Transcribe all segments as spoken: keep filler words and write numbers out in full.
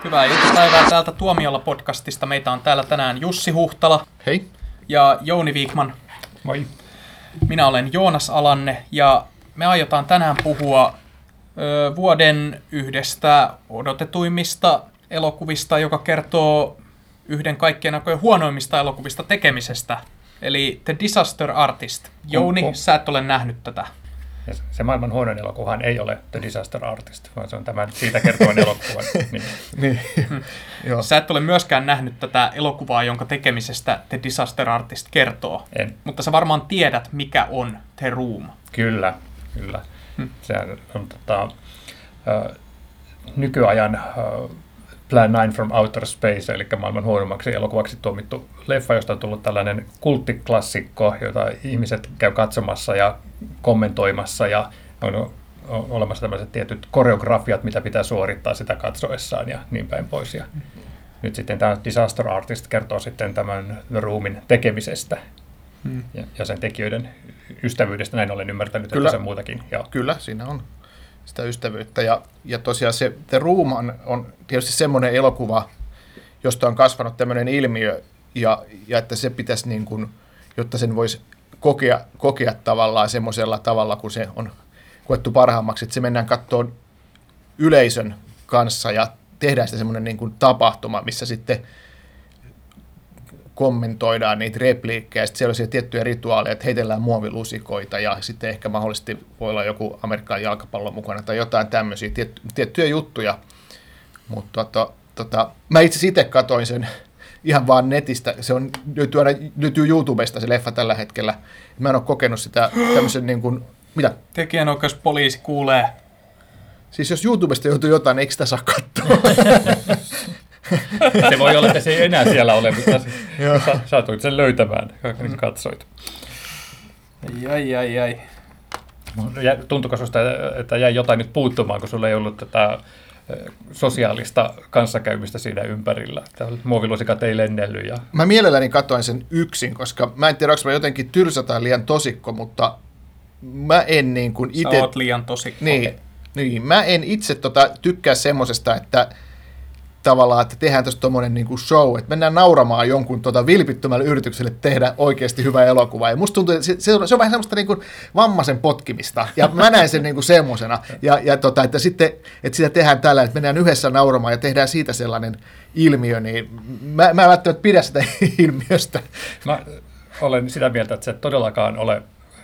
Hyvää iltapäivää täältä Tuomiolla-podcastista. Meitä on täällä tänään Jussi Huhtala. Hei. Ja Jouni Viikman. Moi. Minä olen Joonas Alanne ja me aiotaan tänään puhua ö, vuoden yhdestä odotetuimmista elokuvista, joka kertoo yhden kaikkien aikojen huonoimmista elokuvista tekemisestä. Eli The Disaster Artist. Jouni, Onko? sä et ole nähnyt tätä. Ja se maailman huonoin elokuvahan ei ole The Disaster Artist, vaan se on tämän siitä kertovan elokuvan nimi. Niin. Joo. Sä et ole myöskään nähnyt tätä elokuvaa, jonka tekemisestä The Disaster Artist kertoo. En. Mutta sä varmaan tiedät, mikä on The Room. Kyllä, kyllä. Hmm. Se on tota, uh, nykyajan uh, Plan nine from Outer Space, eli maailman huonommaksi elokuvaksi tuomittu leffa, josta on tullut tällainen kulttiklassikko, jota ihmiset käy katsomassa ja kommentoimassa, ja on, on olemassa tämmöiset tietyt koreografiat, mitä pitää suorittaa sitä katsoessaan ja niin päin pois. Ja nyt sitten tämä Disaster Artist kertoo sitten tämän The Roomin tekemisestä hmm. ja, ja sen tekijöiden ystävyydestä. Näin olen ymmärtänyt, Kyllä. että se muutakin. Joo. Kyllä, siinä on sitä ystävyyttä. Ja, ja tosiaan se The Room on, on tietysti semmoinen elokuva, josta on kasvanut tämmöinen ilmiö, ja, ja että se pitäisi, niin kuin, jotta sen voisi kokea, kokea tavallaan semmoisella tavalla, kun se on koettu parhaammaksi, että se mennään katsomaan yleisön kanssa ja tehdään sitä semmoinen niin kuin tapahtuma, missä sitten kommentoidaan niitä repliikkejä, ja sitten siellä on tiettyjä rituaaleja, että heitellään muovilusikoita, ja sitten ehkä mahdollisesti voi olla joku Amerikan jalkapallo mukana, tai jotain tämmöisiä tiet, tiettyjä juttuja. Mutta tota, tota, mä itse itse katoin sen ihan vaan netistä, se on, löytyy, aina, löytyy YouTubesta se leffa tällä hetkellä. Mä en ole kokenut sitä tämmöisen niin kuin, mitä? Tekijänoikeuspoliisi kuulee. Siis jos YouTubesta joutuu jotain, eikö sitä saa katsoa? Se voi olla, että se ei enää siellä ole, mutta sä, sä tulit sen löytämään, kun katsoit. Ai, ai, ai. Tuntuuko sinusta, että jäi jotain nyt puuttumaan, kun sulla ei ollut tätä sosiaalista kanssakäymistä siinä ympärillä? Muovilusikat ei lennellyt. Ja... Mä mielelläni katoin sen yksin, koska mä en tiedä, onko mä jotenkin tylsä tai liian tosikko, mutta mä en niin kuin itse... Sä oot liian tosikko. Niin, niin, mä en itse tota, tykkää semmosesta, että tavallaan, että tehdään tuossa tommonen niinku show, että mennään nauramaan jonkun tota vilpittömälle yritykselle tehdä oikeasti hyvä elokuva. Ja musta tuntuu, että se, se, on, se on vähän semmoista niinku vammaisen potkimista, ja mä näen sen niinku semmosena, ja, ja tota, että sitten, että sitä tehdään tällä, että mennään yhdessä nauramaan ja tehdään siitä sellainen ilmiö, niin mä, mä en välttämättä pidä sitä ilmiöstä. Mä olen sitä mieltä, että se todellakaan ole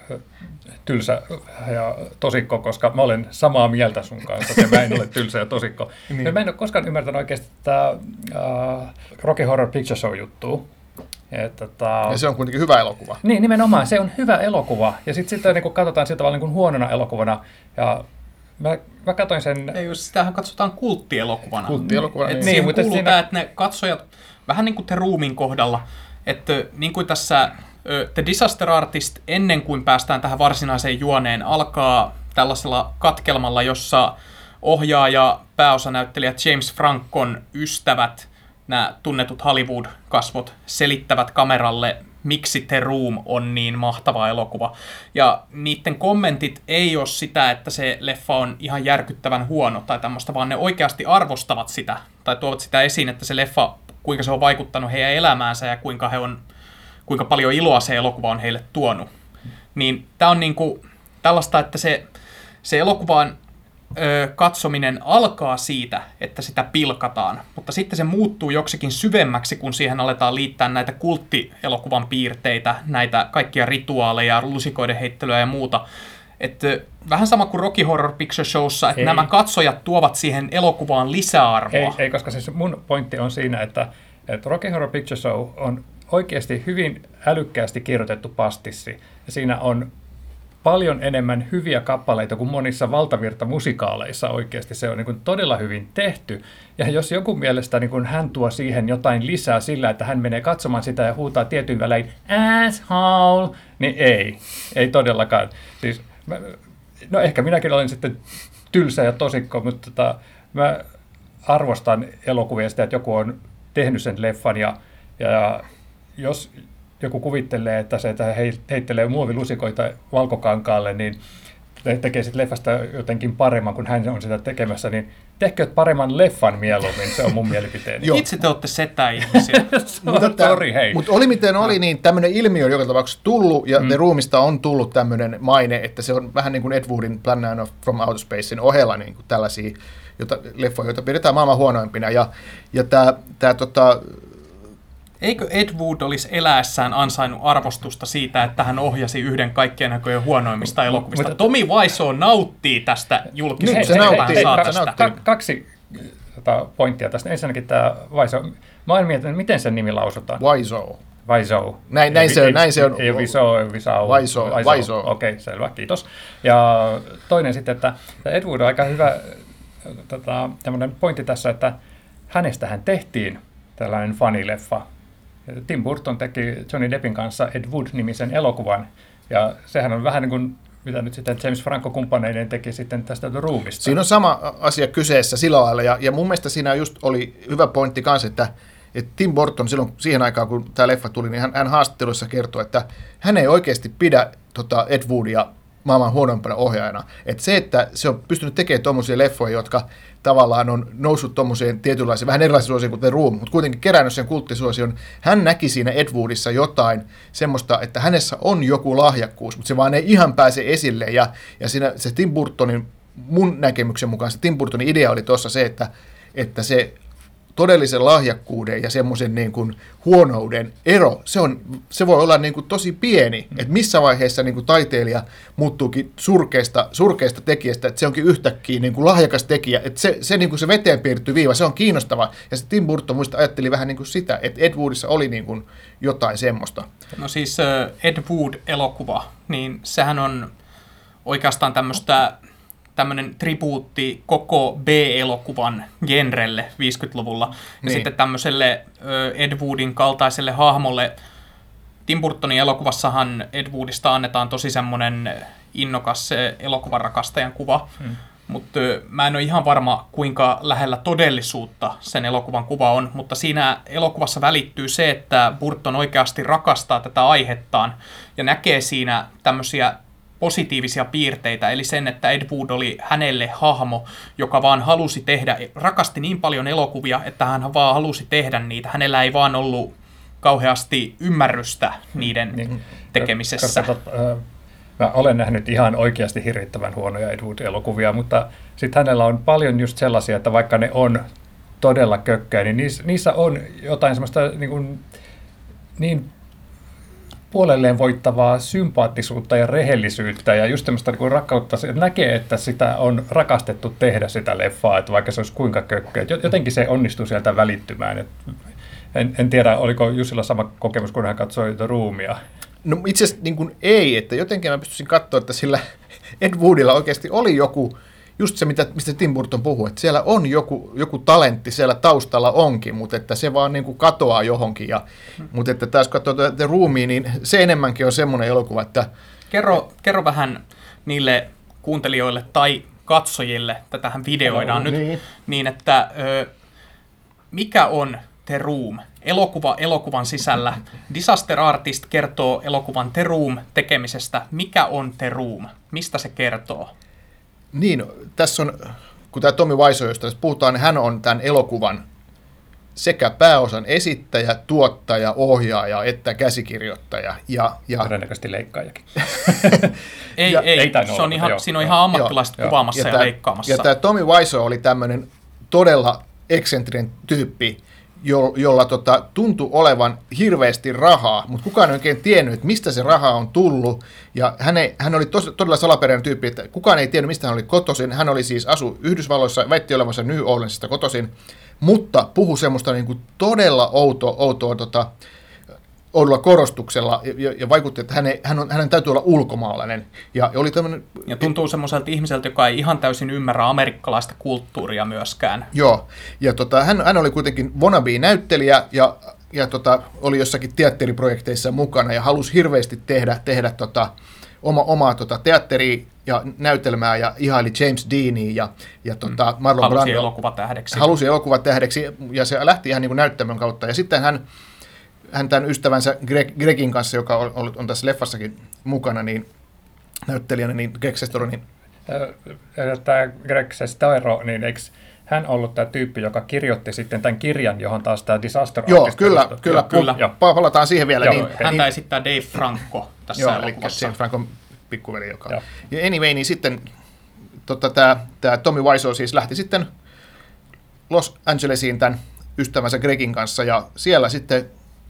tylsä ja tosikko, koska mä olen samaa mieltä sun kanssa, että mä en ole tylsä ja tosikko. Niin. Mä en ole koskaan ymmärtänyt oikeasti tätä uh, Rocky Horror Picture Show-juttua. Että, ta... Ja se on kuitenkin hyvä elokuva. Niin, nimenomaan. Se on hyvä elokuva. Ja sitten sit, niin katsotaan sillä tavalla niin huonona elokuvana. Ja mä, mä katsoin sen... Ei, jos sitähän katsotaan kulttielokuvana. Kulttielokuvana. Et Niin, siihen mutta kuuluu siinä... tämä, että ne katsojat, vähän niin kuin The Roomin kohdalla, että niin kuin tässä The Disaster Artist, ennen kuin päästään tähän varsinaiseen juoneen, alkaa tällaisella katkelmalla, jossa ohjaaja, pääosanäyttelijä James Francon ystävät, nämä tunnetut Hollywood-kasvot, selittävät kameralle, miksi The Room on niin mahtava elokuva. Ja niiden kommentit ei ole sitä, että se leffa on ihan järkyttävän huono tai tämmöistä, vaan ne oikeasti arvostavat sitä tai tuovat sitä esiin, että se leffa, kuinka se on vaikuttanut heidän elämäänsä ja kuinka he on kuinka paljon iloa se elokuva on heille tuonut. Niin tämä on niinku tällaista, että se, se elokuvan ö, katsominen alkaa siitä, että sitä pilkataan, mutta sitten se muuttuu joksikin syvemmäksi, kun siihen aletaan liittää näitä kulttielokuvan piirteitä, näitä kaikkia rituaaleja, lusikoiden heittelyä ja muuta. Että vähän sama kuin Rocky Horror Picture Showssa, että ei. Nämä katsojat tuovat siihen elokuvaan lisäarvoa. Ei, ei, koska siis mun pointti on siinä, että, että Rocky Horror Picture Show on oikeasti hyvin älykkäästi kirjoitettu pastissi. Ja siinä on paljon enemmän hyviä kappaleita kuin monissa valtavirtamusikaaleissa oikeasti. Se on niin kuin todella hyvin tehty. Ja jos joku mielestä niin kuin hän tuo siihen jotain lisää sillä, että hän menee katsomaan sitä ja huutaa tietyin välein asshole, niin ei. Ei todellakaan. Siis, mä, no ehkä minäkin olen sitten tylsä ja tosikko, mutta tota, mä arvostan elokuvia sitä, että joku on tehnyt sen leffan ja, ja jos joku kuvittelee, että se että he heittelee muovilusikoita valkokankaalle, niin tekee sit leffasta jotenkin paremman, kun hän on sitä tekemässä, niin tehkö paremman leffan mieluummin, se on mun mielipiteeni. Itse te olette setä-ihmisiä. Mutta Sorry, hei. Mut oli miten oli, niin tämmöinen ilmiö on joka tapauksessa tullut, ja mm. The Roomista on tullut tämmöinen maine, että se on vähän niin kuin Ed Woodin Plan of from Outer Spacein ohella niin kuin tällaisia jota, leffoja, joita pidetään maailman huonoimpina. Ja, ja tämä, tämä tota, Eikö Ed Wood olisi eläessään ansainnut arvostusta siitä, että hän ohjasi yhden kaikkien näköjen huonoimmista elokuvista? Mutta Tommy Wiseau nauttii tästä julkisuudesta. Niin, se nauttii, hei, hei, se saa nauttii. tästä. Kaksi tota, pointtia tästä. Ensinnäkin tämä Wiseau. Mä oon miettinyt, miten sen nimi lausutaan. Wiseau. Wiseau. Näin, näin, se, ei, näin se on. Ei ole Wiseau, Wiseau. Wiseau. Wiseau. Okei, okay, selvä, kiitos. Ja toinen sitten, että Ed Wood on aika hyvä tota, tämmöinen pointti tässä, että hänestähän tehtiin tällainen funny-leffa. Tim Burton teki Johnny Deppin kanssa Ed Wood-nimisen elokuvan, ja sehän on vähän niin kuin, mitä nyt sitten James Franco-kumppaneiden teki sitten tästä The Roomista. Siinä on sama asia kyseessä sillä lailla, ja, ja mun mielestä siinä just oli hyvä pointti kanssa, että, että Tim Burton silloin siihen aikaan, kun tämä leffa tuli, niin hän, hän haastatteluissa kertoi, että hän ei oikeasti pidä tota Ed Woodia maailman huonompana ohjaajana. Että se, että se on pystynyt tekemään tuommoisia leffoja, jotka tavallaan on noussut tuommoiseen tietynlaiseen, vähän erilaisiin suosioon kuin The Room, mutta kuitenkin kerännyt sen kulttisuosion. Hän näki siinä Ed Woodissa jotain semmoista, että hänessä on joku lahjakkuus, mutta se vaan ei ihan pääse esille. Ja, ja siinä se Tim Burtonin, mun näkemyksen mukaan se Tim Burtonin idea oli tuossa se, että, että se todellisen lahjakkuuden ja semmoisen niin kuin huonouden ero, se, on, se voi olla niin kuin tosi pieni, mm. että missä vaiheessa niin kuin taiteilija muuttuukin surkeasta, surkeasta tekijästä, että se onkin yhtäkkiä niin kuin lahjakas tekijä, että se, se, niin kuin se veteen piirtyy viiva, se on kiinnostava, ja se Tim Burton muista ajatteli vähän niin kuin sitä, että Ed Woodissa oli niin kuin jotain semmoista. No siis Ed Wood-elokuva, niin sehän on oikeastaan tämmöistä tämmöinen tribuutti koko B-elokuvan genrelle viisikymmentäluvulla. Ja niin. sitten tämmöiselle Ed Woodin kaltaiselle hahmolle. Tim Burtonin elokuvassahan Ed Woodista annetaan tosi semmoinen innokas elokuvarakastajan kuva. Hmm. Mutta mä en ole ihan varma, kuinka lähellä todellisuutta sen elokuvan kuva on, mutta siinä elokuvassa välittyy se, että Burton oikeasti rakastaa tätä aihettaan ja näkee siinä tämmöisiä positiivisia piirteitä, eli sen, että Ed Wood oli hänelle hahmo, joka vaan halusi tehdä, rakasti niin paljon elokuvia, että hän vaan halusi tehdä niitä. Hänellä ei vaan ollut kauheasti ymmärrystä niiden niin, tekemisessä. Katsota, äh, mä olen nähnyt ihan oikeasti hirvittävän huonoja Ed Wood-elokuvia, mutta sitten hänellä on paljon just sellaisia, että vaikka ne on todella kökköjä, niin niissä, niissä on jotain semmoista niin, kuin, niin puolelleen voittavaa sympaattisuutta ja rehellisyyttä ja just tämmöistä niin rakkautta, että näkee, että sitä on rakastettu tehdä sitä leffaa, että vaikka se olisi kuinka kökköä. Jotenkin se onnistuu sieltä välittymään. En, en tiedä, oliko Jussilla sama kokemus, kun hän katsoi The Roomia. No itse asiassa niin kuin ei, että jotenkin mä pystyisin katsoa, että sillä Ed Woodilla oikeasti oli joku, just se, mitä, mistä Tim Burton puhuu, että siellä on joku, joku talentti, siellä taustalla onkin, mutta että se vaan niin kuin katoaa johonkin. Ja, hmm. Mutta että taas katsoo The Roomia, niin se enemmänkin on semmoinen elokuva, että Kerro, kerro vähän niille kuuntelijoille tai katsojille, tätähän videoidaan no, nyt, niin, niin että ö, mikä on The Room? Elokuva elokuvan sisällä. Disaster Artist kertoo elokuvan The Room tekemisestä. Mikä on The Room? Mistä se kertoo? Niin, tässä on, kun tämä Tommy Wiseau, josta tässä puhutaan, niin hän on tämän elokuvan sekä pääosan esittäjä, tuottaja, ohjaaja että käsikirjoittaja. Ja, ja todennäköisesti leikkaajakin. ei, ja, ei, ei se on ihan, siinä on ihan ammattilaiset joo, kuvaamassa ja, ja, ja tämä, leikkaamassa. Ja tämä Tommy Wiseau oli tämmöinen todella eksentrinen tyyppi, jo, jolla tota, tuntui olevan hirveästi rahaa, mutta kukaan ei oikein tiennyt, että mistä se raha on tullut. Ja hän, ei, hän oli tos, todella salaperäinen tyyppi, että kukaan ei tiennyt, mistä hän oli kotoisin. Hän oli siis asu Yhdysvalloissa, väitti olevansa New Orleansista kotoisin, mutta puhui semmoista niin kuin todella outoa, outoa tota, oudolla korostuksella ja, ja vaikutti, että hän, ei, hän on, hänen täytyy olla ulkomaalainen. Ja, oli tämmönen, ja tuntuu semmoiselta ihmiseltä, joka ei ihan täysin ymmärrä amerikkalaista kulttuuria myöskään. Joo, ja tota, hän, hän oli kuitenkin wannabe-näyttelijä ja, ja tota, oli jossakin teatteriprojekteissa mukana ja halusi hirveästi tehdä, tehdä tota, oma, omaa tota, teatteria ja näytelmää ja ihaili James Deania ja, ja tota, Marlon Brando. Halusi elokuvatähdeksi. Halusi elokuvatähdeksi ja se lähti ihan niin kuin näyttämön kautta. Ja sitten hän, hän tämän ystävänsä Greg, Gregin kanssa, joka on, on tässä leffassakin mukana, niin näyttelijänä, niin Greg Sestero, niin Tämä Greg Sestero, niin eikö hän ollut tämä tyyppi, joka kirjoitti sitten tämän kirjan, johon taas tämä Disaster Joo, Artist kyllä, perustui? kyllä, kyllä. kyllä. Palataan siihen vielä. Joo, niin, okay. Häntä niin, esittää Dave Franco tässä joo, eli elokuvassa. James Francon pikkuveli, joka Joo. ja anyway, niin sitten tota, tämä, tämä Tommy Wiseau siis lähti sitten Los Angelesiin tämän ystävänsä Gregin kanssa, ja siellä sitten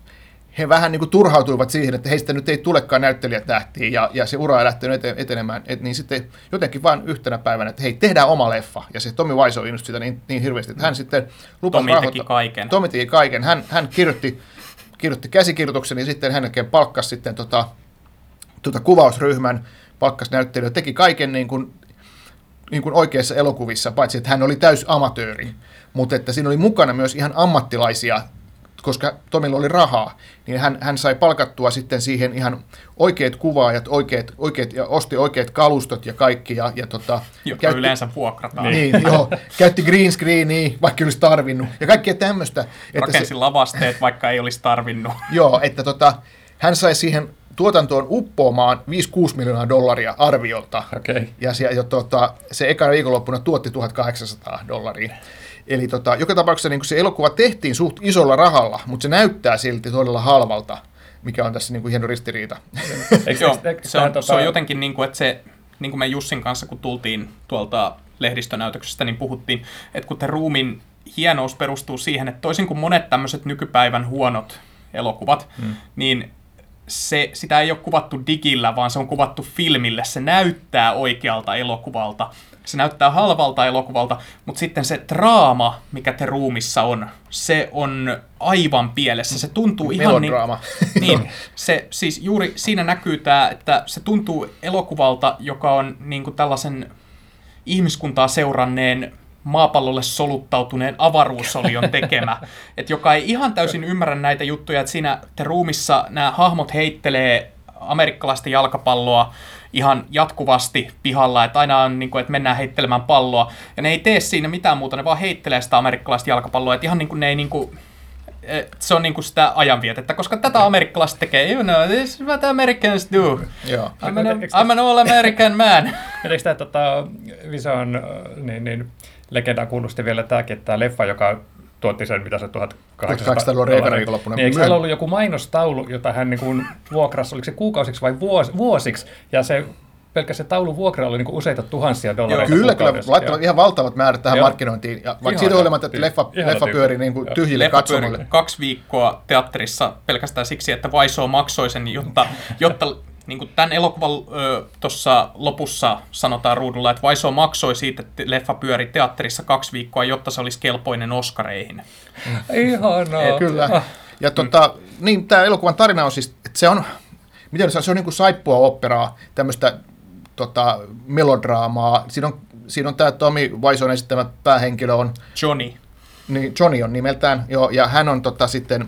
he vähän niin kuin turhautuivat siihen, että heistä nyt ei tulekaan näyttelijätähtiä, ja, ja se ura ei lähtenyt ete- etenemään, et niin sitten jotenkin vain yhtenä päivänä, että hei, tehdään oma leffa, ja se Tommy Wiseau innostui sitä niin, niin hirveästi, että hän sitten lupasi Tommy teki rahoittaa- kaiken. Tommy teki kaiken, hän, hän kirjoitti, kirjoitti käsikirjoituksen, ja sitten hän oikein palkkasi sitten tota, tota kuvausryhmän, palkkasi näyttelijöitä, teki kaiken niin kuin, niin kuin oikeissa elokuvissa, paitsi että hän oli täys amatööri, mutta että siinä oli mukana myös ihan ammattilaisia, koska Tomilla oli rahaa, niin hän, hän sai palkattua sitten siihen ihan oikeat kuvaajat, oikeat, oikeat, ja osti oikeat kalustot ja kaikki. Ja, ja tota, Joka käytti, yleensä vuokrataan. niin, joo, käytti green screenia, vaikka olisi tarvinnut, ja kaikkea tämmöistä. Että Rakensi se, lavasteet, vaikka ei olisi tarvinnut. joo, että tota, hän sai siihen tuotantoon uppoamaan viisi kuusi miljoonaa dollaria arviolta. Okay. Ja se, ja tota, se ekana viikonloppuna tuotti tuhatkahdeksansataa dollaria. Eli tota, joka tapauksessa niin se elokuva tehtiin suht isolla rahalla, mutta se näyttää silti todella halvalta, mikä on tässä niin kuin hieno ristiriita. Eikö, Joo, eikö, se on, tota, se on jotenkin niin kuin, että se, niin kuin me Jussin kanssa, kun tultiin tuolta lehdistönäytöksestä, niin puhuttiin, että kun The Roomin hienous perustuu siihen, että toisin kuin monet tämmöiset nykypäivän huonot elokuvat, hmm. niin se, sitä ei ole kuvattu digillä, vaan se on kuvattu filmille. Se näyttää oikealta elokuvalta. Se näyttää halvalta elokuvalta, mutta sitten se draama, mikä The Roomissa on, se on aivan pielessä. Se tuntuu ihan niin, niin se, siis juuri siinä näkyy tämä, että se tuntuu elokuvalta, joka on niin kuin tällaisen ihmiskuntaa seuranneen maapallolle soluttautuneen avaruusolion tekemä, että joka ei ihan täysin ymmärrä näitä juttuja, että siinä The Roomissa nämä hahmot heittelee amerikkalaista jalkapalloa ihan jatkuvasti pihalla, että aina on niin kuin, että mennään heittelemään palloa, ja ne ei tee siinä mitään muuta, ne vaan heittelee sitä amerikkalaista jalkapalloa, että ihan niin kuin ne ei niin kuin, se on niin kuin sitä ajanvietettä, koska tätä amerikkalaiset tekee, you know, this is what Americans do. Joo. I'm an, I'm an all American man. Eikö tämä tota, Vision niin, niin, legendan kuulusti vielä tämäkin, että tämä leffa, joka tuotti sen, mitä se tuhatkahdeksansataa dollaria ekana viikonloppuna. Niin, eikö siellä ollut joku mainostaulu, jota hän niin kuin vuokrasi, oliko se kuukausiksi vai vuos, vuosiksi, ja se pelkkä se taulun vuokra oli niin kuin useita tuhansia dollareita. Kyllä, kyllä, laittavat ihan valtavat määrät tähän Joo. markkinointiin, ja vaikka siitä huolimatta, että leffa, leffa pyörii niin kuin tyhjille Leffa katsomoille. pyöri kaksi viikkoa teatterissa pelkästään siksi, että Wiseau maksoi sen, jotta, jotta niin kuin tämän elokuvan tuossa lopussa sanotaan ruudulla, että Wiseau maksoi siitä, että leffa pyöri teatterissa kaksi viikkoa, jotta se olisi kelpoinen Oscareihin. Ihanaa. Kyllä. Ja tota, niin, tämä elokuvan tarina on siis, että se on, miten se on, se on niin kuin saippua operaa, tämmöistä tota, melodraamaa. Siinä on, siinä on tämä Tommy Wiseaun esittämä päähenkilö on Johnny. Niin, Johnny on nimeltään, joo, ja hän on tota, sitten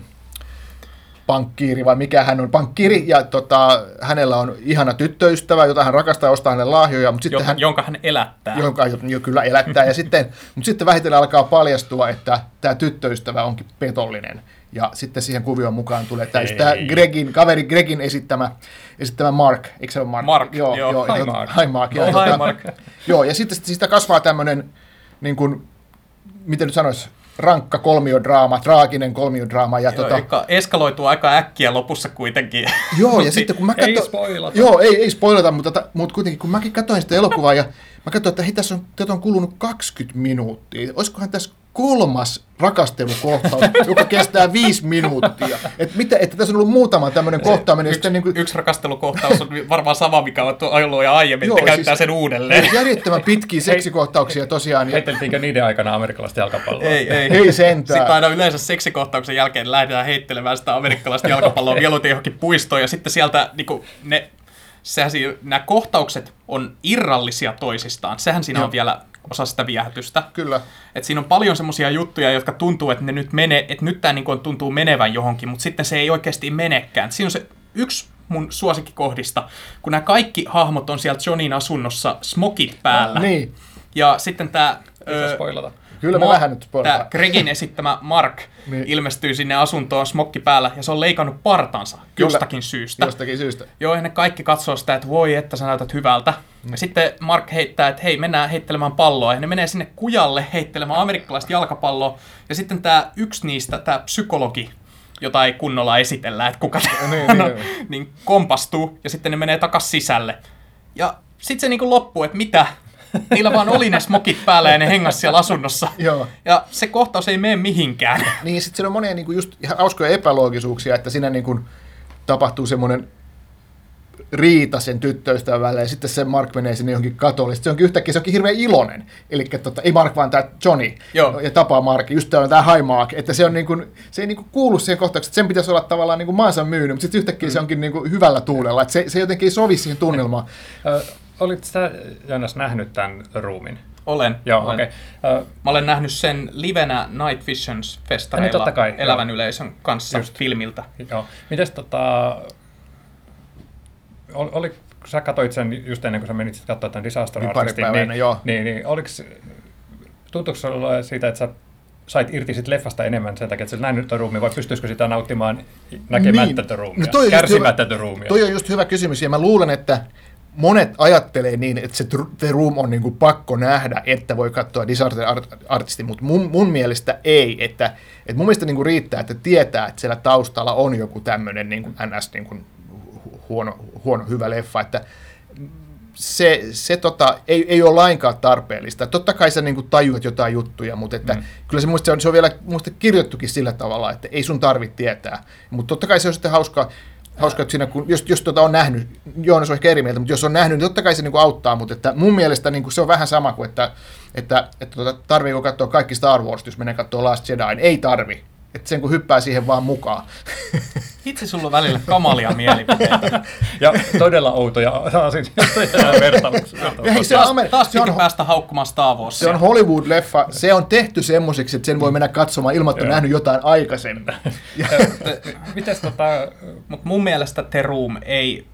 pankkiiri, vai mikä hän on, pankkiiri, ja tota, hänellä on ihana tyttöystävä, jota hän rakastaa, ostaa hänelle lahjoja, mutta sitten Jon, hän... jonka hän elättää. Jonka jo kyllä elättää, ja sitten, mutta sitten vähitellen alkaa paljastua, että tämä tyttöystävä onkin petollinen, ja sitten siihen kuvioon mukaan tulee täys, tämä Gregin, kaveri Gregin esittämä, esittämä Mark, eikö se ole Mark? Mark, joo. joo. joo Hi, ja, Mark. Hi Mark. Ja, Oh, tota, hi, Mark. Joo, ja sitten sitä kasvaa tämmöinen, niin kuin, miten nyt sanoisi, rankka kolmiodraama, traaginen kolmiodraama. Ja Joo, tota, joka eskaloituu aika äkkiä lopussa kuitenkin. joo, ja sitten kun mä katson... Ei spoilata. Joo, ei, ei spoilata, mutta, mutta kuitenkin kun mäkin katsoin sitä elokuvaa ja mä katsoin, että hei, tässä on, tätä on kulunut kaksikymmentä minuuttia. Olisikohan tässä kolmas rakastelukohtaus, joka kestää viisi minuuttia. Että mitä, että tässä on ollut muutama tämmöinen kohtaaminen. Yksi, sitten niin kuin, yksi rakastelukohtaus on varmaan sama, mikä on ollut jo aiemmin, Joo, että käyttää siis- sen uudelleen. järjettömän pitkiä seksikohtauksia tosiaan. Ja, Heiteltiinkö niiden aikana amerikkalaista jalkapalloa? Ei, ei. ei sentään. Sitten aina yleensä seksikohtauksen jälkeen lähdetään heittelemään sitä amerikkalaista jalkapalloa mieluiten johonkin puistoon, ja sitten sieltä niin kuin, ne, sehän, siinä- nämä kohtaukset on irrallisia toisistaan. Sehän siinä Joo. on vielä osa sitä viehätystä. Kyllä. Et siinä on paljon semmoisia juttuja, jotka tuntuu, että ne nyt menee, että nyt tämä niin tuntuu menevän johonkin, mutta sitten se ei oikeasti menekään. Siinä on se yksi mun suosikkikohdista, kun nämä kaikki hahmot on siellä Johnin asunnossa smokit päällä. Niin. Ja sitten tämä... Ei saa spoilata. Kyllä me vähän nyt spoilataan. Tämä Gregin esittämä Mark niin. ilmestyy sinne asuntoon smokki päällä ja se on leikannut partansa Kyllä. jostakin syystä. Jostakin syystä. Joo, ja ne kaikki katsoo sitä, että voi, että sä näytät hyvältä. Mm. Ja sitten Mark heittää, että hei, mennään heittelemään palloa. Ja ne menee sinne kujalle heittelemään amerikkalaista jalkapalloa. Ja sitten tämä yksi niistä, tämä psykologi, jota ei kunnolla esitellä, että kuka niin, on, niin, niin kompastuu. Ja sitten ne menee takas sisälle. Ja sitten se niinku loppuu, että mitä? Niillä vaan oli ne smokit päällä ja ne hengas siellä asunnossa. Joo. Ja se kohtaus ei mene mihinkään. Niin, sitten siinä on monia niinku just ihan hauskoja epäloogisuuksia, että siinä niinku tapahtuu semmoinen riita sen tyttöystävän välillä, ja sitten se Mark menee sinne johonkin katolle. Se onkin yhtäkkiä, se onkin hirveän iloinen. Eli tota, ei Mark, vaan tämä Johnny. Joo. Ja tapaa Mark. Just tämä on tämä Hi Mark. Että se, on niinku, se ei niinku kuulu siihen kohtaukseen, että sen pitäisi olla tavallaan niinku maansa myynyt, mutta sitten yhtäkkiä mm. se onkin niinku hyvällä tuulella. Että se, se jotenkin ei sovi siihen tunnelmaan. Olitko sä, Jonas, nähnyt tämän Roomin? Olen. Joo, olen. okei. Okay. Uh, Mä olen nähnyt sen livenä Night Visions-festareilla niin, elävän joo. yleisön kanssa Just. filmiltä. Joo. Mites tota... Ol, oli, kun sä katsoit sen just ennen kuin sä menit katsoa tämän Disaster niin, Artistin, niin, joo. niin, niin oliko, tuntuuko sulla siitä, että sä sait irti sit leffasta enemmän sen takia, että sä nähnyt The Roomia, vai pystyisikö sitä nauttimaan näkemättä niin. The Roomia, no kärsimättä The Roomia? Toi on just hyvä kysymys, ja mä luulen, että monet ajattelee niin, että se The Room on niinku pakko nähdä, että voi katsoa Disaster Artistin, mutta mun, mun mielestä ei. Että, että mun mielestä niinku riittää, että tietää, että siellä taustalla on joku tämmöinen niinku N S niinku huono, huono, hyvä leffa, että se, se tota, ei, ei ole lainkaan tarpeellista. Totta kai sä niinku tajuat jotain juttuja, mutta että mm. kyllä se, musta, se on, se on vielä musta kirjoittukin sillä tavalla, että ei sun tarvitse tietää. Mutta totta kai se on sitten hauska, hauska että siinä, kun, jos, jos tota on nähnyt, Joonas on ehkä eri mieltä, mutta jos on nähnyt, niin totta kai se niinku auttaa, mutta että mun mielestä niinku se on vähän sama kuin, että, että, että tota, tarviiko katsoa kaikki Star Wars, jos menee katsoa Last Jedi, ei tarvi. Että sen kun hyppää siihen vaan mukaan. Itse sulla on välillä kamalia mielipiteitä. Ja todella outoja vertauksia. Taas, taas piti päästä haukkumaan Star Warsia. Se on Hollywood-leffa. Se on tehty semmoiseksi, että sen voi mennä katsomaan ilman, että on nähnyt jotain aikaisemmin. Mites tota... Mut mun mielestä The Room ei,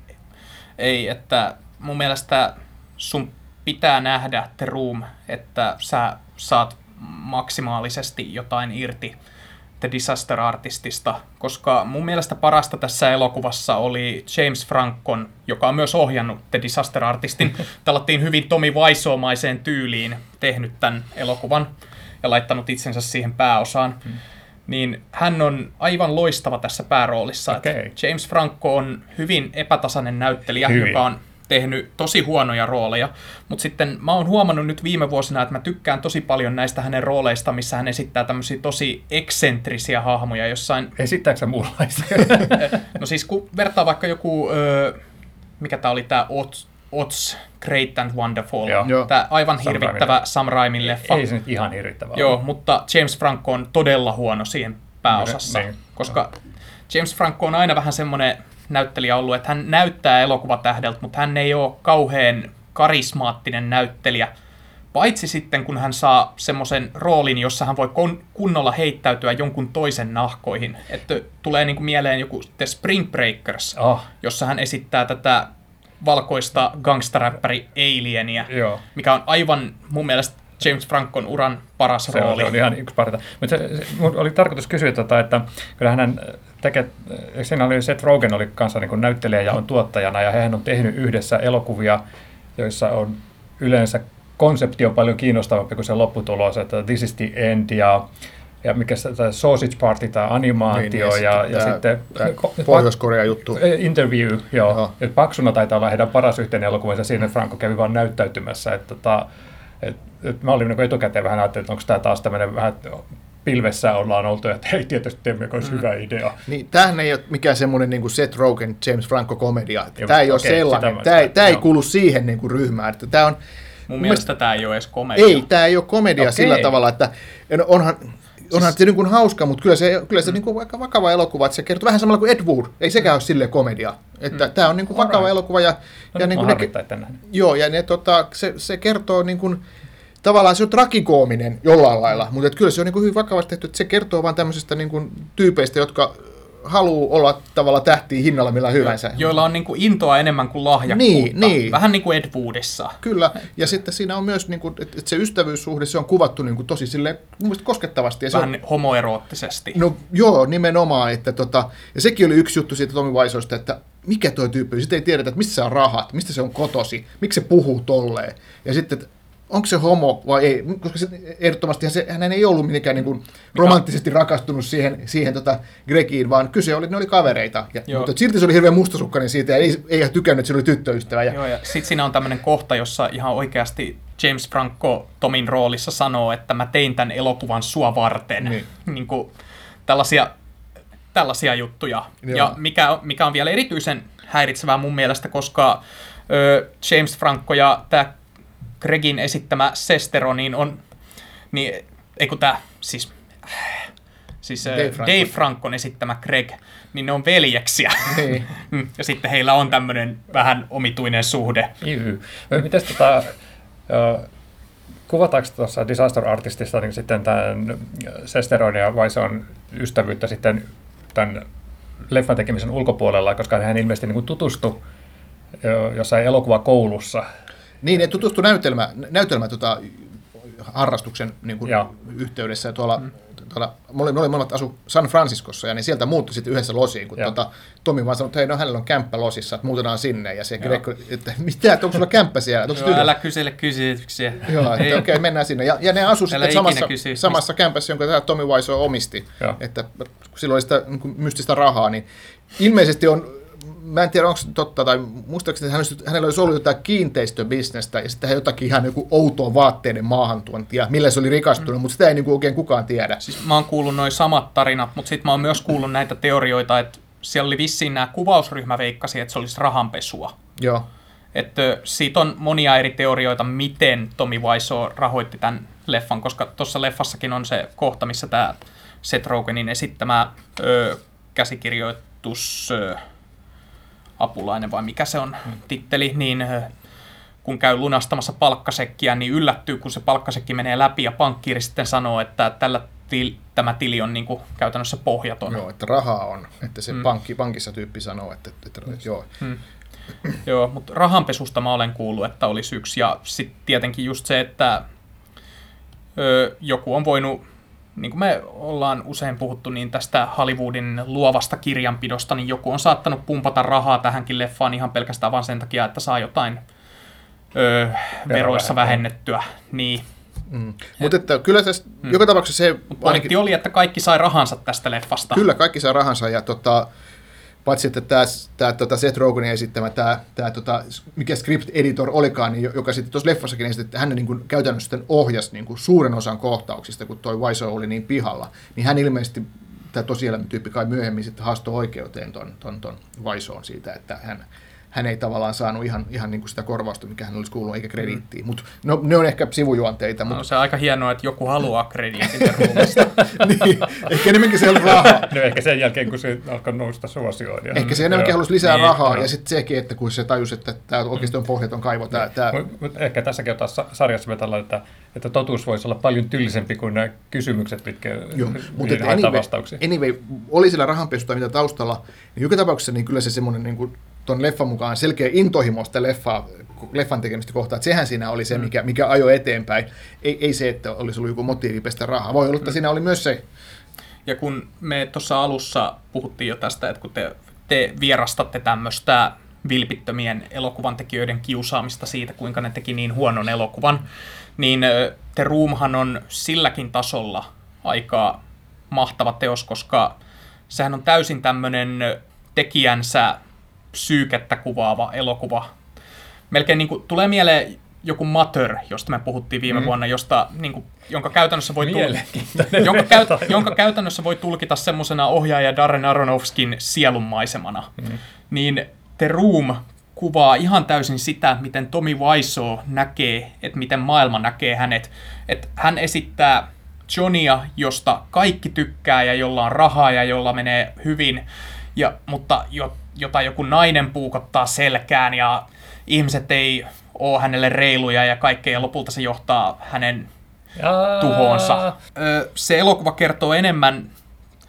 ei, että mun mielestä sun pitää nähdä The Room, että sä saat maksimaalisesti jotain irti The Disaster Artistista, koska mun mielestä parasta tässä elokuvassa oli James Francon, joka on myös ohjannut The Disaster Artistin. Talattiin hyvin Tommy Wiseau-maiseen tyyliin tehnyt tämän elokuvan ja laittanut itsensä siihen pääosaan. Hmm. Niin hän on aivan loistava tässä pääroolissa. Okay. James Franco on hyvin epätasainen näyttelijä, hyvin. joka on tehnyt tosi huonoja rooleja, mutta sitten mä oon huomannut nyt viime vuosina, että mä tykkään tosi paljon näistä hänen rooleista, missä hän esittää tämmöisiä tosi eksentrisiä hahmoja jossain. Esittääkö sä muunlaisia? No siis kun vertaa vaikka joku, öö, mikä tää oli tää Oz, Oz Great and Wonderful, Joo. tää aivan Sam hirvittävä Raimi. Sam Raimin leffa. Ei se nyt ihan hirvittävää. Joo, mutta James Franco on todella huono siihen pääosassa, Niin. koska James Franco on aina vähän semmoinen näyttelijä ollut, että hän näyttää elokuvatähdeltä, mutta hän ei ole kauhean karismaattinen näyttelijä, paitsi sitten kun hän saa semmoisen roolin, jossa hän voi kon- kunnolla heittäytyä jonkun toisen nahkoihin. Että tulee niinku mieleen joku The Spring Breakers, Oh. jossa hän esittää tätä valkoista gangstaräppäri alienia, Joo. mikä on aivan mun mielestä James Francon uran paras Se rooli. on, se on ihan yksi parita. Mutta se, se, mun oli tarkoitus kysyä, tota, että kyllä hänen tekee, siinä oli Seth Rogen oli kanssa niin kuin näyttelijä ja on tuottajana, ja hän on tehnyt yhdessä elokuvia, joissa on yleensä konsepti on paljon kiinnostavampi kuin se lopputulos, että This is the End ja, ja mikä se tämä Sausage Party, tämä animaatio niin, ja, ja tämä, sitten Pohjois-Korea juttu. Interview, joo. joo. Et paksuna taitaa olla heidän paras yhteinen elokuvansa, siinä Franco kävi vaan näyttäytymässä, että tota, et, et mä olin niin etukäteen vähän ajattelin, että onko tämä taas tämmöinen vähän pilvessä ollaan oltu, että hei, tietysti teemme olisi mm. hyvä idea. Niin, tämähän ei ole mikään semmoinen niin kuin Seth Rogen, James Franco-komedia. Tämä ei okay, ole sellainen. Tämä ei, tämä ei kuulu siihen niin kuin ryhmään. Että tämä on, mun, mun mielestä tämä ei ole edes komedia. Ei, tämä ei ole komedia okay. sillä tavalla, että onhan, onhan se niin kuin hauska, mutta kyllä se, kyllä se mm. niin kuin aika vakava elokuva, että se kertoo vähän samalla kuin Ed Wood. Ei sekään ole silleen komedia. Että mm. tämä on niin kuin vakava right. elokuva. Ja, no, ja niin kuin ne, joo, ja ne, tota, se, se kertoo niin kuin, tavallaan se on tragikoominen jollain lailla, mutta kyllä se on niin kuin hyvin vakavasti tehty, että se kertoo vaan tämmöisistä niin kuin tyypeistä, jotka haluaa olla tavallaan tähtiä hinnalla millä hyvänsä. Joilla on niin kuin intoa enemmän kuin lahjakkuutta. Niin, niin. Vähän niin kuin Ed Woodissa. Kyllä, ja sitten siinä on myös, niin kuin, että se ystävyyssuhde, se on kuvattu niin kuin tosi silleen, mun mielestä koskettavasti. Ja Vähän se on, homoeroottisesti. no joo, nimenomaan. Että tota, ja sekin oli yksi juttu siitä Tommy Wiseausta, että mikä toi tyyppi, sitten ei tiedetä, että mistä se on rahat, mistä se on kotosi, miksi se puhuu tolleen. Ja sitten, että onko se homo vai ei, koska se, ehdottomasti se, hän ei ollut mitenkään niin kuin romanttisesti rakastunut siihen, siihen tota Gregiin, vaan kyse oli, että ne oli kavereita. Ja, mutta silti se oli hirveän mustasukkainen siitä ja ei, ei tykännyt, että se oli tyttöystävä. Ja, Joo, ja sitten siinä on tämmöinen kohta, jossa ihan oikeasti James Franco Tomin roolissa sanoo, että mä tein tämän elokuvan sua varten. Niin. Niin kuin tällaisia, tällaisia juttuja. Joo. Ja mikä, mikä on vielä erityisen häiritsevää mun mielestä, koska ö, James Franco ja tämä Gregin esittämä Sestero, niin on, niin, ei kun tämä, siis, siis Dave, Franco. Dave Francon esittämä Greg, niin ne on veljeksiä. Niin. Ja sitten heillä on tämmöinen vähän omituinen suhde. Mites tota, kuvataanko tuossa Disaster Artistissa niin sitten tämän Sesteron ja Wiseaun ystävyyttä sitten tämän leffan tekemisen ulkopuolella, koska hän ilmeisesti niin kuin tutustui jossain elokuvakoulussa. Niin, että tutustui näytelmä, näytelmä tota, harrastuksen niin kuin, yhteydessä. Ja tuolla, mm. tuolla, me olimme molemmat asu San Franciscossa, ja niin sieltä muuttui sitten yhdessä losiin, kun tota, Tomi vaan sanoi, että hei, no hänellä on kämppä losissa, että muutetaan sinne. Ja se Greg, että mitä, että onko sulla kämppä siellä? Joo, älä kysele kysymyksiä. Joo, että okei, okay, mennään sinne. Ja, ja ne asuivat sitten samassa, samassa kämpässä, jonka tämä Tommy Wiseau omisti. Joo. Että silloin oli sitä niin mystistä rahaa, niin ilmeisesti on. Mä en tiedä, onko se totta, tai muistaakseni että hänellä olisi ollut jotain kiinteistöbisnestä, ja sitten hän jotakin ihan joku outoa vaatteiden maahantuontia, millä se oli rikastunut, mm. mutta sitä ei niin kuin oikein kukaan tiedä. Siis mä oon kuullut noin samat tarinat, mutta sitten mä oon myös kuullut näitä teorioita, että siellä oli vissiin nämä kuvausryhmä veikkasi, että se olisi rahanpesua. Joo. Että siitä on monia eri teorioita, miten Tommy Wiseau rahoitti tämän leffan, koska tuossa leffassakin on se kohta, missä tämä Seth Rogenin esittämä ö, käsikirjoitus... Ö, apulainen vai mikä se on titteli, niin kun käy lunastamassa palkkasekkiä, niin yllättyy, kun se palkkasekki menee läpi ja pankkiiri sitten sanoo, että tällä til, tämä tili on niin kuin käytännössä pohjaton. Joo, että rahaa on, että se mm. pankki, pankissa tyyppi sanoo, että, että, että joo. Mm. Joo, mutta rahanpesusta mä olen kuullut, että olisi yksi, ja sitten tietenkin just se, että ö, joku on voinut, niin kuin me ollaan usein puhuttu niin tästä Hollywoodin luovasta kirjanpidosta, niin joku on saattanut pumpata rahaa tähänkin leffaan ihan pelkästään vain sen takia, että saa jotain öö, veroissa vähennettyä. Niin. Mm. Mutta että kyllä tässä mm. joka tapauksessa se... Mut pointti ainakin oli, että kaikki sai rahansa tästä leffasta. Kyllä, kaikki sai rahansa, ja tota, paitsi että tämä, tämä tota Seth Rogenin esittämä, tämä, tämä tota, mikä script editor olikaan, niin joka sitten tuossa leffassakin esitti, että hän niin kuin käytännössä sitten ohjasi niin kuin suuren osan kohtauksista, kun toi Wiseau oli niin pihalla, niin hän ilmeisesti, tämä tosielämätyyppi kai myöhemmin sitten haastoi oikeuteen ton, ton, ton Wiseaun siitä, että hän, hän ei tavallaan saanut ihan, ihan niin kuin sitä korvausta, mikä hän olisi kuullut, eikä krediittiä. Mutta no, ne on ehkä sivujuonteita. No mut... se on aika hienoa, että joku haluaa krediitin ruumista. Niin, ehkä enemmänkin se on rahaa. No ehkä sen jälkeen, kun se alkaa nousta suosioon. Ja... Ehkä se enemmänkin halusi lisää niin, rahaa, no. Ja sitten sekin, että kun se tajusi, että tämä oikeasti on pohjaton kaivo. Tää, tää... Mut ehkä tässäkin on taas sarjassa me tällä, että, että totuus voisi olla paljon tyllisempi kuin nämä kysymykset, mitkä mutta haetaan vastauksia. Anyway, oli sillä rahanpesu tai mitä taustalla, niin joka tapauksessa niin kyllä se semmoinen niin kuin tuon leffan mukaan selkeä intohimo sitä leffaa, leffan tekemistä kohtaa, että sehän siinä oli se, mikä, mikä ajoi eteenpäin. Ei, ei se, että olisi ollut joku motiivi pestä rahaa. Voi olla, että siinä oli myös se. Ja kun me tuossa alussa puhuttiin jo tästä, että kun te, te vierastatte tämmöistä vilpittömien elokuvantekijöiden kiusaamista siitä, kuinka ne teki niin huonon elokuvan, niin The Roomhan on silläkin tasolla aika mahtava teos, koska sehän on täysin tämmöinen tekijänsä psyykettä kuvaava elokuva. Melkein niin kuin, tulee mieleen joku Mother, josta me puhuttiin viime mm. vuonna, josta, niin kuin, jonka, käytännössä voi tulkita, jonka, käyt, jonka käytännössä voi tulkita semmoisena ohjaaja Darren Aronofskin sielunmaisemana. Mm. Niin The Room kuvaa ihan täysin sitä, miten Tommy Wiseau näkee, että miten maailma näkee hänet. Että hän esittää Johnia, josta kaikki tykkää ja jolla on rahaa ja jolla menee hyvin, ja, mutta jo, jota joku nainen puukottaa selkään ja ihmiset ei ole hänelle reiluja ja kaikkea, ja lopulta se johtaa hänen tuhoonsa. Se elokuva kertoo enemmän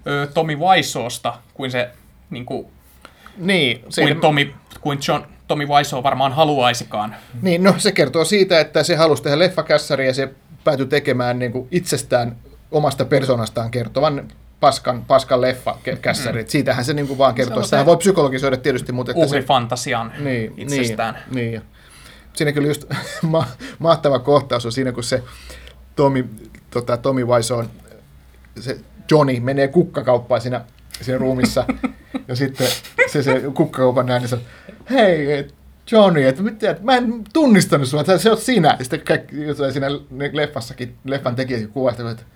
ö, Tommy Wiseausta kuin se niin kuin, Niin, se, kuin, Tommy, kuin John, Tommy Wiseau varmaan haluaisikaan. niin, no se kertoo siitä, että se halusi tehdä leffakässäriä ja se päätyi tekemään niin kuin itsestään omasta persoonastaan kertovan paskan, paskan leffakässäri. Mm. Siitähän se niin kuin vaan kertoo. Sitä voi psykologisoida tietysti, mutta... Että uhrifantasian se, niin, itsestään. Niin, niin. Siinä kyllä just ma- mahtava kohtaus on siinä, kun se Tommy, tota, Tommy Wiseau, se Johnny menee kukkakauppaan siinä, siinä ruumissa ja sitten se, se kukkakaupan näin, niin sanoo, hei Johnny, että mitä, mä en tunnistanut sinua, että se oot sinä. Ja sitten kaikki, siinä leffassakin, leffan tekijäkin kuvasta, että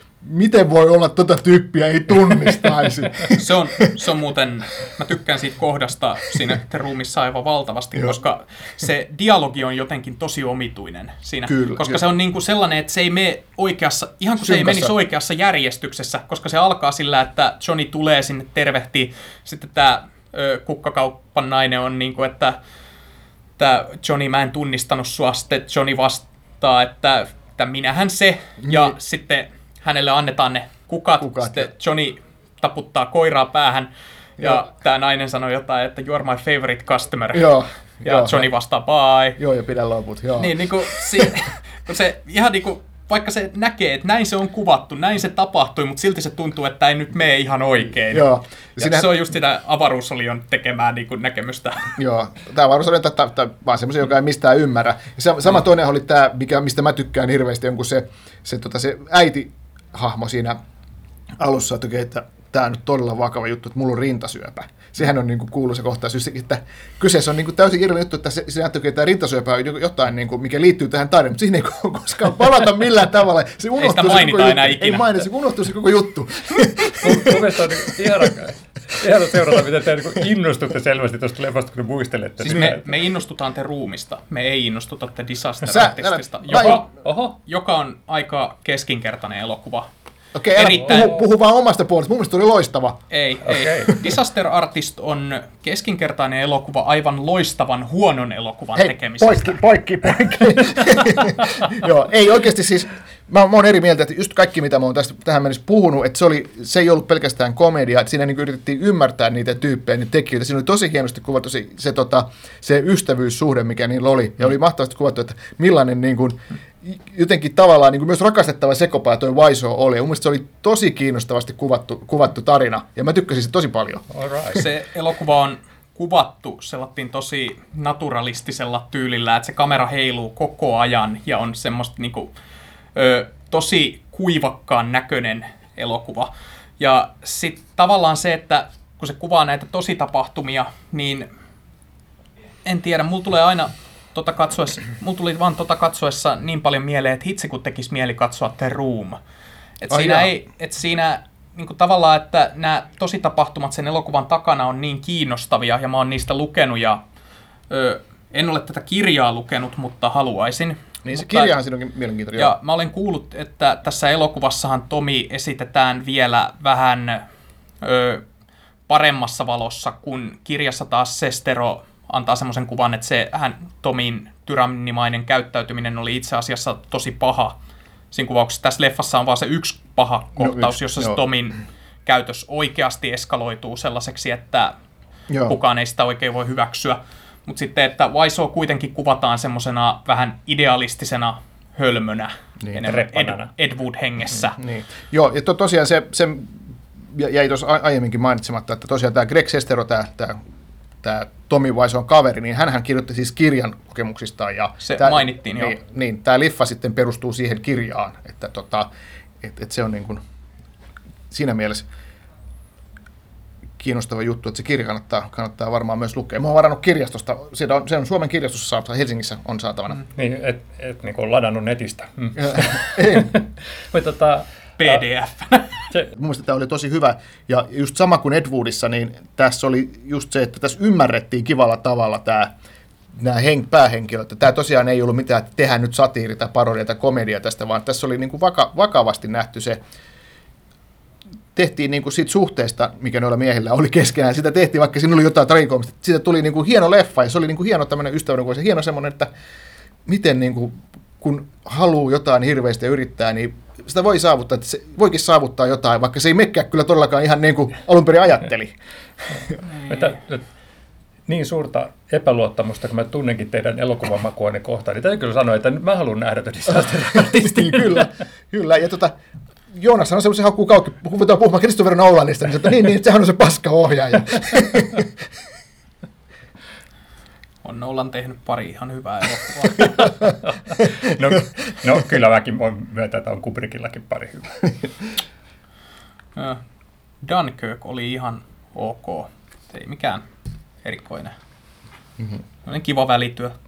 miten voi olla tota tyyppiä, ei tunnistaisi. se, on, se on muuten, mä tykkään siitä kohdasta siinä ruumissa aivan valtavasti, koska se dialogi on jotenkin tosi omituinen siinä. Kyllä, koska jo. se on niin kuin sellainen, että se ei mene oikeassa, ihan kuin se Synkassa. ei menisi oikeassa järjestyksessä, koska se alkaa sillä, että Johnny tulee sinne tervehtii. Sitten tämä ö, kukkakauppan nainen on niin kuin, että että Johnny, mä en tunnistanut sua. Sitten Johnny vastaa, että, että minähän se, ja mm. sitten hänelle annetaan ne kukat, kukat. Sitten Johnny taputtaa koiraa päähän, ja joo. Tämä nainen sanoo jotain, että you are my favorite customer. Joo. Ja joo. Johnny vastaa bye. Joo, ja pidä loput. Joo. Niin, niin kuin se, kun se ihan niin kuin, vaikka se näkee, että näin se on kuvattu, näin se tapahtui, mutta silti se tuntuu, että ei nyt mene ihan oikein. Joo. Ja Sinä... se on just sitä avaruusolion tekemää niin kuin näkemystä. Joo, tämä avaruusolion on vaan semmoisen, joka ei mistään ymmärrä. Ja sama toinen oli tämä, mikä, mistä mä tykkään hirveästi, on kun se, se, tota, se äiti-hahmo siinä alussa, että, että tämä on nyt todella vakava juttu, että mulla on rintasyöpä. Sehän on niin kuin kuuluisa kohtaus, että kyseessä on niin kuin täysin irrallinen juttu, että se, se näyttää, että tämä rintasyöpä on jotain, niin kuin, mikä liittyy tähän tarinaan, mutta siinä ei koskaan palata millään tavalla. Se ei sitä mainita enää juttu. ikinä. Ei mainita, se unohtuu se koko juttu. Mun mielestä on ihana, ihana seurata, miten te niin innostutte selvästi tuosta leffasta, kun muistelette. Siis me, me innostutaan te ruumista, me ei innostuta te Disaster Sä- Artistista, älä- joka, Oho. joka on aika keskinkertainen elokuva. Okei, älä Erittäin- puhu, puhu vaan omasta puolesta. Mun mielestä oli loistava. Ei, Okei. ei. Disaster Artist on keskinkertainen elokuva aivan loistavan huonon elokuvan Hei, tekemisestä. poikki, poikki, poikki. Joo, ei oikeasti siis, mä, mä oon eri mieltä, että just kaikki mitä mä oon tästä, tähän mennessä puhunut, että se, oli, se ei ollut pelkästään komedia, että siinä niin yritettiin ymmärtää niitä tyyppejä, niitä tekijöitä. Siinä oli tosi hienosti kuvattu se, se, tota, se ystävyyssuhde, mikä niillä oli, ja oli mahtavasti kuvattu, että millainen niin kuin, jotenkin tavallaan niin kuin myös rakastettava sekopää toi Wiseau oli. Ja mun mielestä se oli tosi kiinnostavasti kuvattu, kuvattu tarina, ja mä tykkäsin sitä tosi paljon. All right. Se elokuva on kuvattu sellainen tosi naturalistisella tyylillä, että se kamera heiluu koko ajan ja on semmoista niinku, ö, tosi kuivakkaan näköinen elokuva. Ja sitten tavallaan se, että kun se kuvaa näitä tositapahtumia, niin en tiedä, mulla tulee aina tota katsoessa, mulla tuli vaan tota katsoessa niin paljon mieleen, että hitsi kun tekisi mieli katsoa The Room. Et Ai siinä jaa. ei, et siinä niin kuin tavallaan, että nämä tositapahtumat sen elokuvan takana on niin kiinnostavia, ja mä oon niistä lukenut, ja ö, en ole tätä kirjaa lukenut, mutta haluaisin. Niin se Mutta- kirjahan siinä onkin mielenkiintoinen. ja mä olen kuullut, että tässä elokuvassahan Tomi esitetään vielä vähän ö, paremmassa valossa, kun kirjassa taas Sestero antaa semmoisen kuvan, että se hän, Tomin tyrannimainen käyttäytyminen oli itse asiassa tosi paha. Siinä kuvauksessa tässä leffassa on vaan se yksi paha kohtaus, yksi, jossa joo. se Tomin käytös oikeasti eskaloituu sellaiseksi, että Joo. kukaan ei sitä oikein voi hyväksyä. Mutta sitten, että Wiseau kuitenkin kuvataan semmoisena vähän idealistisena hölmönä, Niin, enemmän reppanana. Ed, Ed Wood-hengessä. Niin. Joo, ja to, tosiaan se, se jäi tuossa a- aiemminkin mainitsematta, että tosiaan tämä Greg Sestero, tämä, tämä, tämä Tommy Wiseau'n kaveri, niin hänhän kirjoitti siis kirjan kokemuksistaan. Ja Se tämä, mainittiin, joo. niin, niin, tämä liffa sitten perustuu siihen kirjaan, että tota, et, et se on niin kuin siinä mielessä kiinnostava juttu, että se kirja kannattaa, kannattaa varmaan myös lukea. Mä oon varannut kirjastosta, se on, se on Suomen kirjastossa saatava, Helsingissä on saatavana. Mm. Niin, et, et niin kuin ladannut netistä. Mm. En. Mutta tota, P D F. se, Mun mielestä tämä oli tosi hyvä, ja just sama kuin Ed Woodissa, niin tässä oli just se, että tässä ymmärrettiin kivalla tavalla tämä, nämä hen- päähenkilöt. Tämä tosiaan ei ollut mitään, että tehdään nyt satiiri tai parodia tai komedia tästä, vaan tässä oli niin kuin vaka- vakavasti nähty se, tehtiin niin kuin siitä suhteesta, mikä noilla miehillä oli keskenään, sitä tehtiin, vaikka siinä oli jotain tragikoomista, siitä tuli niin kuin hieno leffa, ja se oli niin kuin hieno tämmöinen ystävän, se hieno semmoinen, että miten niin kuin, kun haluaa jotain hirveästi ja yrittää, niin sitä voi saavuttaa, että se voikin saavuttaa jotain, vaikka se ei menekään kyllä todellakaan ihan niin kuin alun perin ajatteli. Että, niin suurta epäluottamusta, kun mä tunnenkin teidän elokuvamakuanne kohtaan, niin täytyy kyllä sanoa, että nyt mä haluan nähdä The Disaster Artistin. Kyllä, kyllä. Ja tota, Joonas on semmoisen hakkuu kaukki, puhutaan puhumaan Christopher Nolanista, niin, että niin, niin, sehän on se paska ohjaaja. On Nolan tehnyt pari ihan hyvää elokuvaa. no, no kyllä mäkin voin myöntää, että on Kubrickillakin pari hyvää. Dunkirk oli ihan ok. Ei mikään erikoinen. Mm-hmm. Kiva välityö.